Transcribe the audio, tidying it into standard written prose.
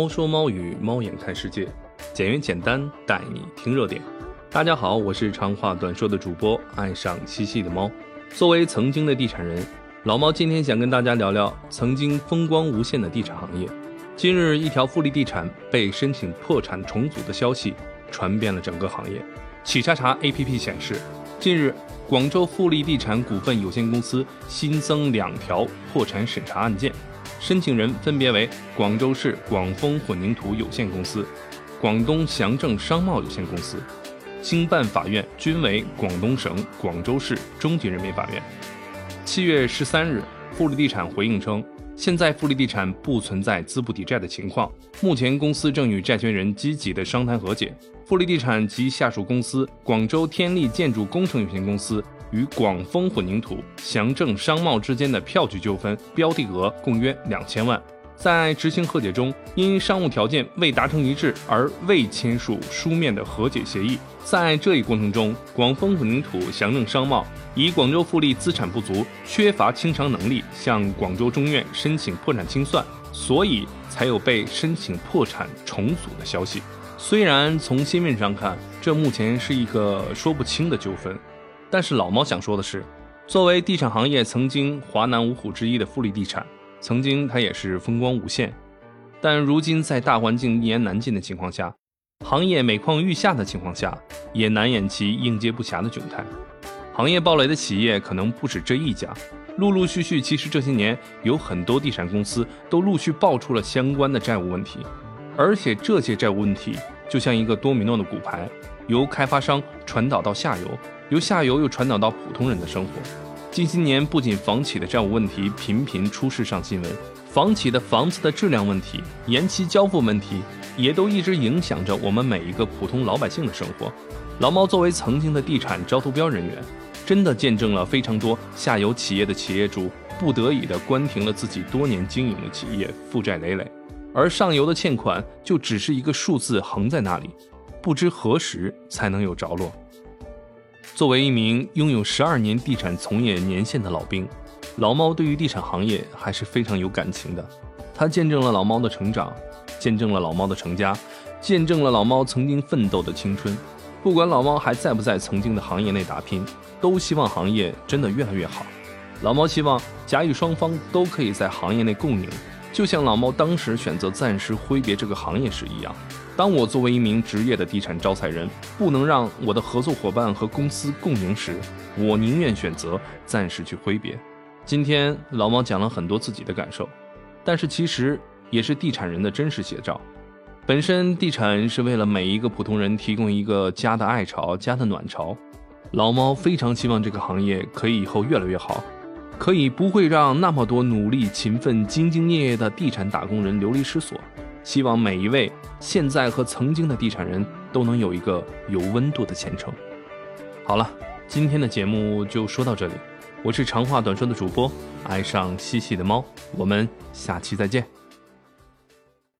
说猫语，猫眼看世界，简约简单，带你听热点。大家好，我是长话短说的主播爱上嬉戏的猫。作为曾经的地产人，老猫今天想跟大家聊聊曾经风光无限的地产行业。近日，一条富力地产被申请破产重组的消息传遍了整个行业。企查查 APP 显示，近日广州富力地产股份有限公司新增2条破产审查案件，申请人分别为广州市广丰混凝土有限公司、广东祥正商贸有限公司，经办法院均为广东省广州市中级人民法院。7月13日，富力地产回应称，现在富力地产不存在资不抵债的情况，目前公司正与债权人积极的商谈和解。富力地产及下属公司广州天力建筑工程有限公司与广丰混凝土、祥正商贸之间的票据纠纷标的额共约2000万。在执行和解中，因商务条件未达成一致而未签署书面的和解协议。在这一过程中，广丰混凝土、祥正商贸以广州富力资产不足、缺乏清偿能力，向广州中院申请破产清算，所以才有被申请破产重组的消息。虽然从新闻上看，这目前是一个说不清的纠纷，但是老猫想说的是，作为地产行业曾经华南五虎之一的富力地产，曾经它也是风光无限，但如今在大环境一言难尽的情况下，行业每况愈下的情况下，也难掩其应接不暇的窘态。行业暴雷的企业可能不止这一家，陆陆续续，其实这些年有很多地产公司都陆续爆出了相关的债务问题，而且这些债务问题就像一个多米诺的骨牌，由开发商传导到下游，由下游又传导到普通人的生活。近些年，不仅房企的债务问题频频出事上新闻，房企的房子的质量问题、延期交付问题，也都一直影响着我们每一个普通老百姓的生活。老猫作为曾经的地产招投标人员，真的见证了非常多下游企业的企业主不得已地关停了自己多年经营的企业，负债累累，而上游的欠款就只是一个数字横在那里，不知何时才能有着落。作为一名拥有12年地产从业年限的老兵，老猫对于地产行业还是非常有感情的。他见证了老猫的成长，见证了老猫的成家，见证了老猫曾经奋斗的青春。不管老猫还在不在曾经的行业内打拼，都希望行业真的越来越好。老猫希望甲乙双方都可以在行业内共赢，就像老猫当时选择暂时挥别这个行业时一样。当我作为一名职业的地产招财人，不能让我的合作伙伴和公司共赢时，我宁愿选择暂时去挥别。今天老猫讲了很多自己的感受，但是其实也是地产人的真实写照。本身地产是为了每一个普通人提供一个家的爱巢、家的暖巢。老猫非常希望这个行业可以以后越来越好，可以不会让那么多努力勤奋兢兢业业的地产打工人流离失所。希望每一位现在和曾经的地产人都能有一个有温度的前程。好了，今天的节目就说到这里，我是长话短说的主播爱上嬉戏的猫，我们下期再见。